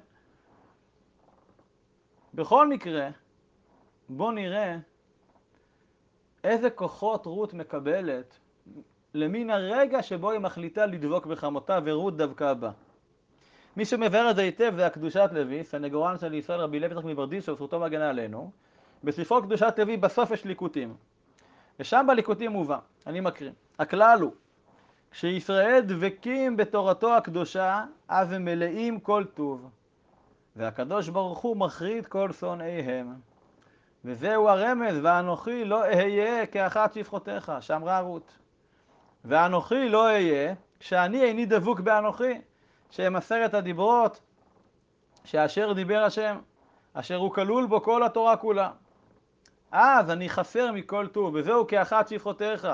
בכל מקרה, בוא נראה איזה כוחות רות מקבלת למין הרגע שבו היא מחליטה לדבוק בחמותה, ורות דבקה בה. מי שמבאר את זה היטב זה הקדושת לוי, סנגורן של ישראל רבי לוי יצחק מברדיצ'ב, זכותו והגנה עלינו. בספרו קדושת לוי בסוף יש ליקוטים. ושם בליקוטים מובא, אני מקריא. הכלל הוא, כשישראל דבקים בתורתו הקדושה, אז הם מלאים כל טוב. והקדוש ברוך הוא מחריד כל שונאיהם. וזהו הרמז, ואנוכי לא אהיה כאחת שפחותיך, שאמרה רות. ואנוכי לא אהיה, כשאני איני דבוק באנוכי, שהם 10 הדיברות, שאשר דיבר השם, אשר הוא כלול בו כל התורה כולה. אז אני חסר מכל טוב, וזהו כאחת שפחותיך.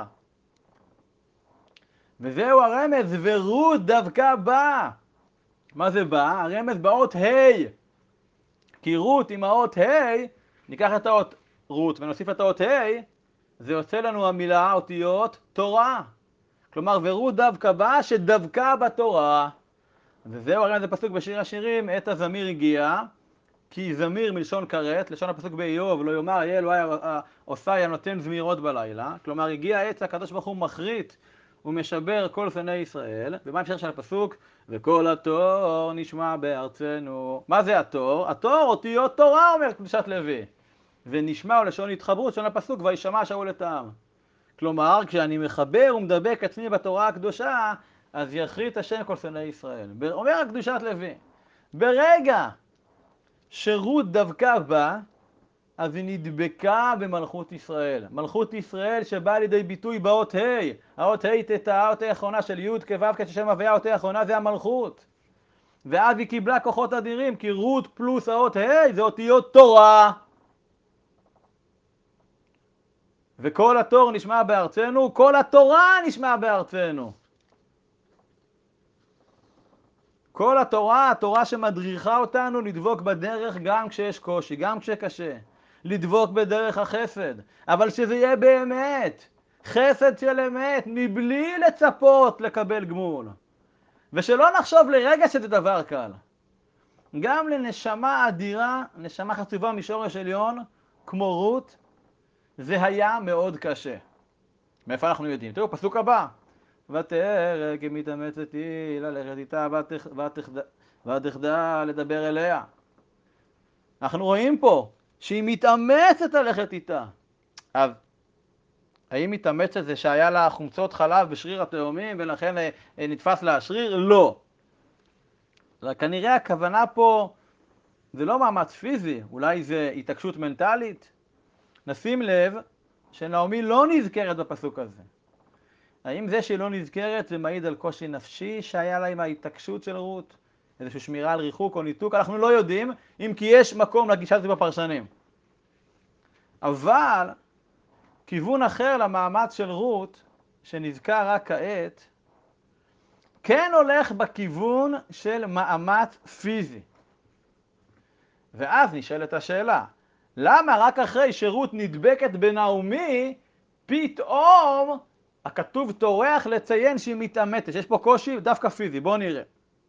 וזהו הרמז, ורות דווקא בא. מה זה בא? הרמז באות ה'. כי רות עם האות ה', ניקח את האות רות ונוסיף את האות ה', זה יוצא לנו המילה, אותיות, תורה. כלומר, ורות דווקא בא שדווקא בתורה. וזהו הרמז הפסוק בשיר השירים, עת הזמיר הגיע, כי זמיר מלשון כרת, לשון הפסוק באיוב, לא יאמר יהיה אלוהי עושי הנותן זמירות בלילה. כלומר, הגיע עת הקדוש ברוך הוא מחריט ומשבר כל שונאי ישראל. ומה המשך של הפסוק? וכל התור נשמע בארצנו. מה זה התור? התור אותיות תורה, אומר קדושת לוי. ונשמע לשון התחברות, לשון הפסוק, וישמע שאול את העם. כלומר, כשאני מחבר ומדבק עצמי בתורה הקדושה, אז יחריט השם כל שונאי ישראל. אומר קדושת לוי, ברגע שרות דווקא בה, אז היא נדבקה במלכות ישראל. מלכות ישראל שבאה לידי ביטוי באות ה', האות ה' תתה, האות האחרונה של י' כו' כשם הוויה, האות האחרונה זה המלכות. ואז היא קיבלה כוחות אדירים, כי רות פלוס האות ה' זה אותיות תורה. וכל התור נשמע בארצנו, כל התורה נשמע בארצנו. כל התורה, התורה שמדריכה אותנו לדבוק בדרך גם כשיש קושי, גם כשקשה. לדבוק בדרך החסד, אבל שזה יהיה באמת, חסד של אמת, מבלי לצפות לקבל גמול. ושלא נחשוב לרגע שזה דבר קל. גם לנשמה אדירה, נשמה חצובה משורש עליון, כמו רות, זה היה מאוד קשה. מאיפה אנחנו יודעים? תראו, פסוק הבא. ותרא כי מתאמצת היא ללכת איתה ותחדל לדבר אליה. אנחנו רואים פה שהיא מתאמצת ללכת איתה. אז האם מתאמצת זה שהיה לה חומצות חלב בשריר התאומים ולכן נתפס לה השריר? לא. כנראה הכוונה פה זה לא מאמץ פיזי, אולי זה התעקשות מנטלית. נשים לב שנעמי לא נזכרת בפסוק הזה. האם זה שהיא לא נזכרת זה מעיד על קושי נפשי שהיה לה עם ההתעקשות של רות? איזושהי שמירה על ריחוק או ניתוק? אנחנו לא יודעים, אם כי יש מקום לגישה לזה בפרשנים. אבל כיוון אחר למאמץ של רות, שנזכר רק כעת, כן הולך בכיוון של מאמץ פיזי. ואז נשאלת השאלה, למה רק אחרי שרות נדבקת בנעמי, פתאום הכתוב טורח לציין שהיא מתאמצת? יש פה קושי דווקא פיזי, בואו נראה.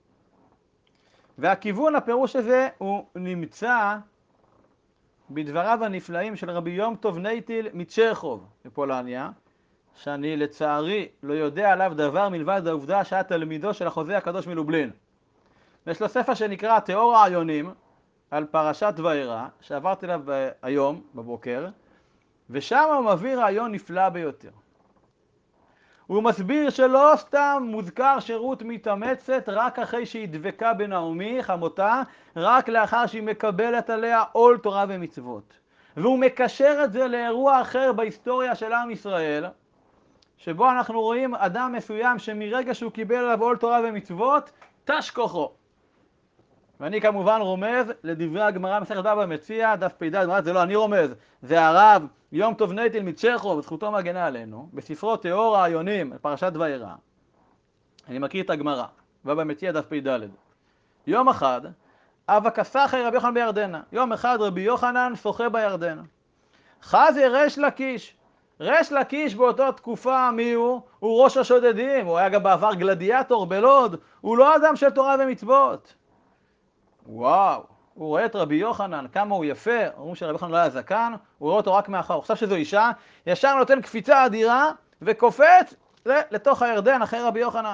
והכיוון הפירוש הזה הוא נמצא בדבריו הנפלאים של רבי יום טוב נייטיל מצ'רחוב בפולניה, שאני לצערי לא יודע עליו דבר מלבד העובדה שהיה תלמידו של החוזה הקדוש מלובלין. יש לו ספר שנקרא תיאור רעיונים על פרשת וארא, שעברתי אליו היום בבוקר, ושם הוא מביא רעיון נפלא ביותר. הוא מסביר שלא סתם מוזכר שרות מתאמצת רק אחרי שהיא דבקה בנעמי, חמותה, רק לאחר שהיא מקבלת עליה עול תורה ומצוות. והוא מקשר את זה לאירוע אחר בהיסטוריה של עם ישראל, שבו אנחנו רואים אדם מסוים שמרגע שהוא קיבל עליו עול תורה ומצוות, תש כוחו. ואני כמובן רומז לדברי הגמרא מסכת בבא מציעא, דף פ"ד, זה לא אני רומז, זה הרב יום טוב נייטיל מצ'רחוב, זכותו מגנה עלינו, בספרו תיאור רעיונים, פרשת וארא. אני מכיר את הגמרא, בבא מציעא דף פ"ד. יום אחד, אבא כסחי רבי יוחנן בירדנה. יום אחד רבי יוחנן שוחה בירדנה. חזי ריש לקיש. ריש לקיש באותה תקופה מי הוא? הוא ראש השודדים, הוא היה גם בעבר גלדיאטור בלוד, הוא לא אדם של תורה ומצוות. וואו, הוא רואה את רבי יוחנן, כמה הוא יפה, אומרים שרבי יוחנן לא היה זקן, הוא רואה אותו רק מאחור, הוא חושב שזו אישה, ישר נותן קפיצה אדירה וקופץ לתוך הירדן אחרי רבי יוחנן.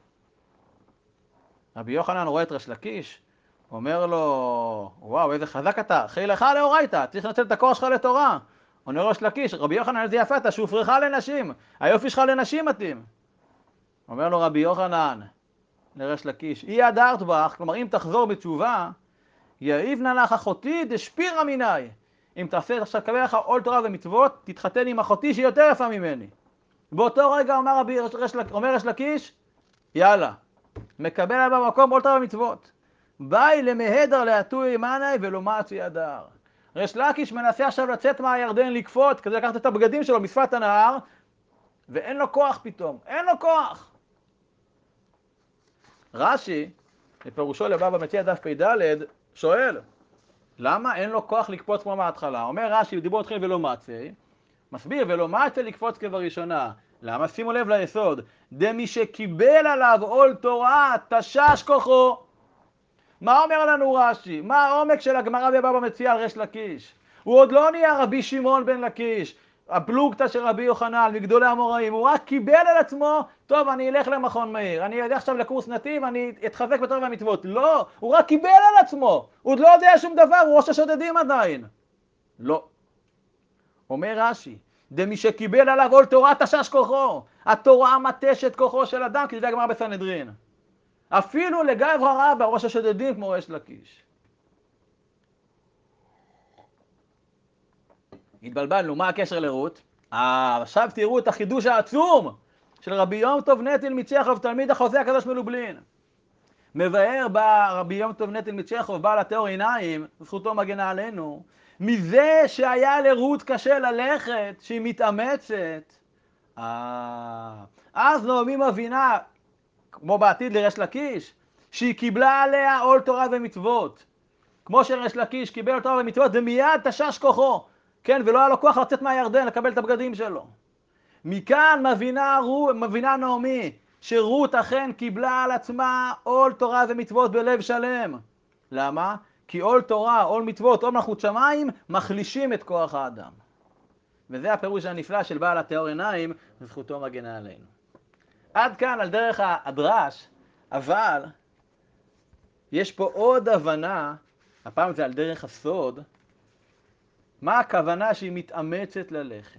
רבי יוחנן רואה את ריש לקיש, אומר לו, וואו, איזה חזק אתה, חילך לאורייתא, צריך לנצל את הכוח שלך לתורה. אומר ריש לקיש, רבי יוחנן, איזה יפה אתה, שופרך לנשים, היופי שלך לנשים מתאים. אומר לו רבי יוחנן לריש לקיש, אי הדרת בך, כלומר אם תחזור בתשובה, יאיבנה לך אחותי דשפירה מיני. אם תעשה עכשיו קבל לך עול תורה ומצוות, תתחתן עם אחותי שהיא יותר יפה ממני. באותו רגע אומר ריש לקיש, יאללה, מקבל עליו במקום עול תורה ומצוות. ביי למהדר להטוי עמני ולא מצוי הדר. ריש לקיש מנסה עכשיו לצאת מהירדן לקפוץ כדי לקחת את הבגדים שלו משפת הנהר, ואין לו כוח פתאום, אין לו כוח. רש"י, בפירושו לבבא מציעא דף פ"ד, שואל, למה אין לו כוח לקפוץ כמו מההתחלה? אומר רש"י, דיבור התחיל ולא מצי, מסביר, ולא מצי לקפוץ כבראשונה. למה? שימו לב ליסוד, דמי שקיבל עליו עול תורה, תשש כוחו. מה אומר לנו רש"י? מה העומק של הגמרא בבבא מציעא על ריש לקיש? הוא עוד לא נהיה רבי שמעון בן לקיש, הפלוגתא של רבי יוחנן, מגדולי המוראים, הוא רק קיבל על עצמו, טוב, אני אלך למכון מאיר, אני אלך עכשיו לקורס נתיב, אני אתחזק בתורה והמצוות. לא, הוא רק קיבל על עצמו, הוא עוד לא יודע שום דבר, הוא ראש השודדים עדיין. לא. אומר רש"י, דמי שקיבל עליו עול תורה תשש כוחו, התורה מתשת כוחו של אדם, כי זה הגמרא בסנהדרין. אפילו לגברא רבא, ראש השודדים כמו ריש לקיש. התבלבלנו, מה הקשר לרות? עכשיו תראו את החידוש העצום של רבי יום טוב נטל מצ'כוב, תלמיד החוזה הקדוש מלובלין. מבאר בה רבי יום טוב נטל מצ'כוב, בעל הטהור עיניים, זכותו מגנה עלינו, מזה שהיה לרות קשה ללכת, שהיא מתאמצת, אז נעמי מבינה, כמו בעתיד לריש לקיש, שהיא קיבלה עליה עול תורה ומצוות. כמו שריש לקיש קיבל עול תורה ומצוות, ומיד תשש כוחו, כן, ולא היה לו כוח לצאת מהירדן, לקבל את הבגדים שלו. מכאן מבינה נעמי, שרות אכן קיבלה על עצמה עול תורה ומצוות בלב שלם. למה? כי עול תורה, עול מצוות, עול מלכות שמיים, מחלישים את כוח האדם. וזה הפירוש הנפלא של בעל הטהור עיניים, וזכותו מגנה עלינו. עד כאן על דרך הדרש, אבל יש פה עוד הבנה, הפעם זה על דרך הסוד, מה הכוונה שהיא מתאמצת ללכת.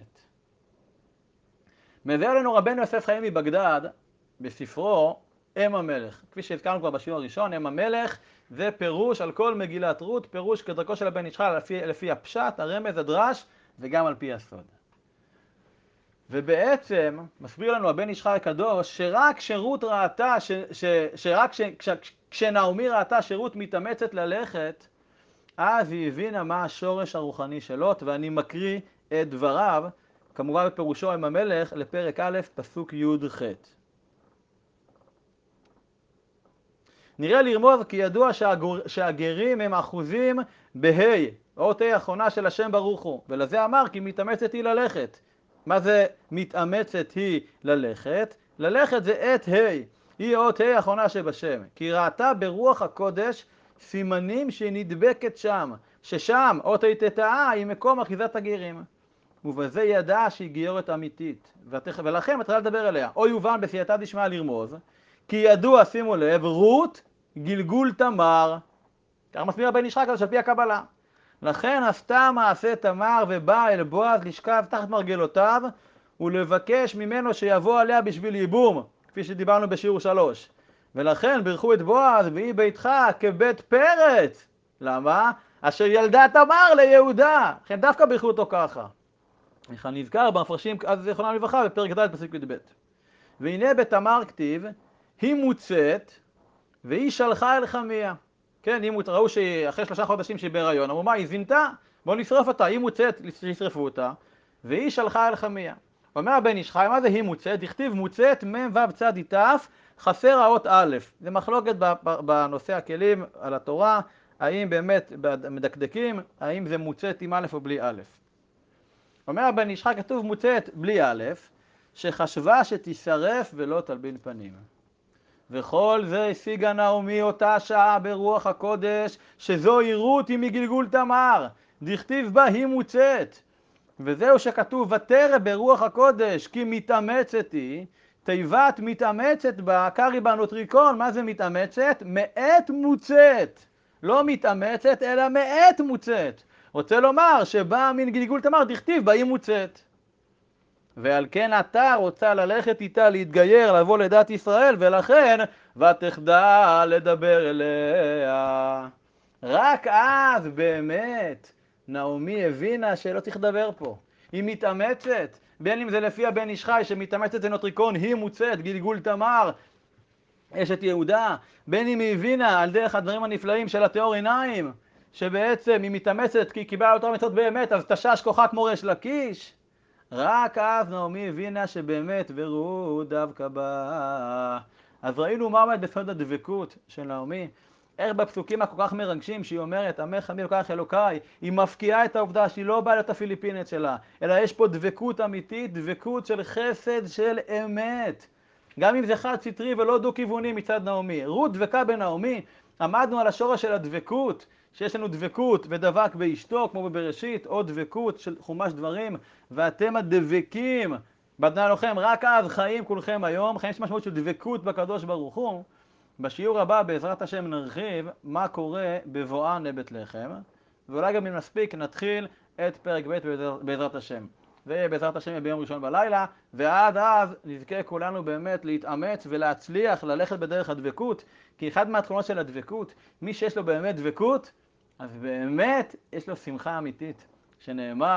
מביא לנו רבנו יוסף חיים מבגדד בספרו אם המלך. כפי שהזכרנו כבר בשיעור הראשון, אם המלך זה פירוש על כל מגילת רות, פירוש כדרכו של הבן איש חי לפי הפשט, הרמז, הדרש, וגם על פי הסוד. ובעצם מסביר לנו הבן איש חי הקדוש שרק שרות ראתה, כשנעמי ראתה שרות מתאמצת ללכת, אז היא הבינה מה השורש הרוחני שלו, ואני מקריא את דבריו, כמובן בפירושו עם המלך, לפרק א', פסוק י"ח. נראה לרמוז כי ידוע שהגרים הם אחוזים בהי, אות ה' האחרונה של השם ברוך הוא, ולזה אמר כי מתאמצת היא ללכת. מה זה מתאמצת היא ללכת? ללכת זה עת ה', היא אות ה' האחרונה שבשם, כי ראתה ברוח הקודש סימנים שהיא נדבקת שם, ששם אות ה' תתאה היא מקום אחיזת הגרים. ובזה ידעה שהיא גיורת אמיתית, ולכן מתחילה לדבר אליה. או יובן בסייעתא דשמיא לרמוז, כי ידוע, שימו לב, רות גלגול תמר. כך מסביר הבן איש חי הקדוש על פי הקבלה. לכן עשתה מעשה תמר ובאה אל בועז לשכב תחת מרגלותיו, ולבקש ממנו שיבוא עליה בשביל ייבום, כפי שדיברנו בשיעור 3. ולכן בירכו את בועז, והיא ביתך כבית פרץ. למה? אשר ילדה תמר ליהודה. לכן דווקא בירכו אותו ככה. איך נזכר במפרשים אז זיכרונם לברכה בפרק ד' פסוק י"ב. והנה בתמר כתיב, היא מוצאת והיא שלחה אל חמיה. כן, ראו שאחרי 3 חודשים שהיא בהיריון, אמרו מה, היא זינתה? בואו נשרוף אותה, היא מוצאת, שישרפו אותה, והיא שלחה אל חמיה. אומר הבן איש חי, מה זה היא מוצאת? דכתיב מוצאת מ"ו צד ת' חסר האות א'. זה מחלוקת בנושא הכלים על התורה, האם באמת מדקדקים, האם זה מוצאת עם א' או בלי א'. אומר הבן איש חי, כתוב מוצאת בלי א', שחשבה שתישרף ולא תלבין פנים. וכל זה השיגה נעמי אותה שעה ברוח הקודש, שזוהי רות היא מגלגול תמר, דכתיב בה היא מוצאת. וזהו שכתוב ותרא ברוח הקודש, כי מתאמצת היא, תיבת מתאמצת בה, קרי בנוטריקון, מה זה מתאמצת? מעת מוצאת. לא מתאמצת, אלא מעת מוצאת. רוצה לומר שבאה מן גלגול תמר, דכתיב בה היא מוצאת. ועל כן אתה רוצה ללכת איתה, להתגייר, לבוא לדת ישראל, ולכן ותחדל לדבר אליה. רק אז באמת נעמי הבינה שלא צריך לדבר פה. היא מתאמצת, בין אם זה לפי הבן איש חי שמתאמצת זה נוטריקון, היא מוצאת, גלגול תמר, אשת יהודה, בין אם היא הבינה על דרך הדברים הנפלאים של הטהור עיניים, שבעצם היא מתאמצת כי קיבלה יותר מצוות באמת, אז תשש כוחה כמו ריש לקיש. רק אז נעמי הבינה שבאמת ורות דווקא בה. אז ראינו מה עומד בסוד הדבקות של נעמי, איך בפסוקים הכל כך מרגשים שהיא אומרת עמך עמי אלוקייך אלוקיי, היא מפקיעה את העובדה שהיא לא באה להיות הפיליפינית שלה, אלא יש פה דבקות אמיתית, דבקות של חסד של אמת, גם אם זה חד סטרי ולא דו כיווני מצד נעמי. רות דבקה בנעמי, עמדנו על השורש של הדבקות, שיש לנו דבקות ודבק באשתו כמו בבראשית, או דבקות של חומש דברים, ואתם הדבקים באדוני אלוהיכם, רק אז חיים כולכם היום. חיים יש משמעות של דבקות בקדוש ברוך הוא. בשיעור הבא בעזרת השם נרחיב מה קורה בבואן לבית לחם, ואולי גם אם נספיק נתחיל את פרק ב' בעזרת השם. זה בעזרת השם ביום ראשון בלילה, ועד אז נזכה כולנו באמת להתאמץ ולהצליח ללכת בדרך הדבקות, כי אחד מהתכונות של הדבקות, מי שיש לו באמת דבקות, אז באמת יש לו שמחה אמיתית, שנאמר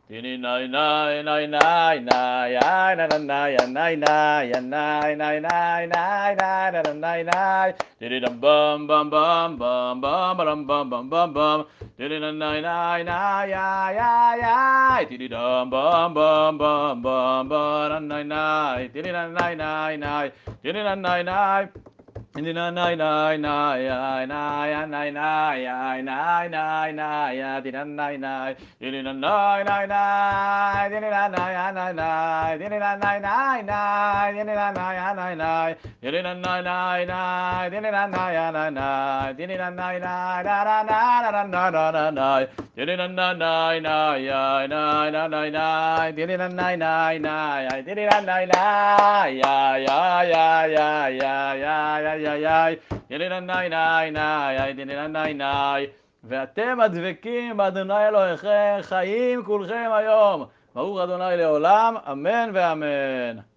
Dini nai nai nai nai nai ai na na nai nai nai nai nai nai nai nai na nai nai didi dum bum bum bum bum bum bum bum bum bum bum didi nai nai nai nai ai ai ai didi dum bum bum bum bum bum nai nai didi nai nai nai nai didi nai nai nai Dini na nai nai nai ai nai ai nai nai ai nai nai nai ai dini na nai nai dini na nai nai nai dini na nai ai nai nai dini na nai nai nai dini na nai ai nai nai dini na nai nai nai dini na nai ai nai nai dini na nai nai da da da da da da da da dini na nai nai nai ai nai nai nai nai dini na nai nai nai ai dini na nai nai ai ai ai ai ai ai ai ai, ינינא נאי נאי נאי, ינינא נאי נאי, ואתם הדבקים באדוני אלוהיכם חיים כולכם היום. ברוך אדוני לעולם, אמן ואמן.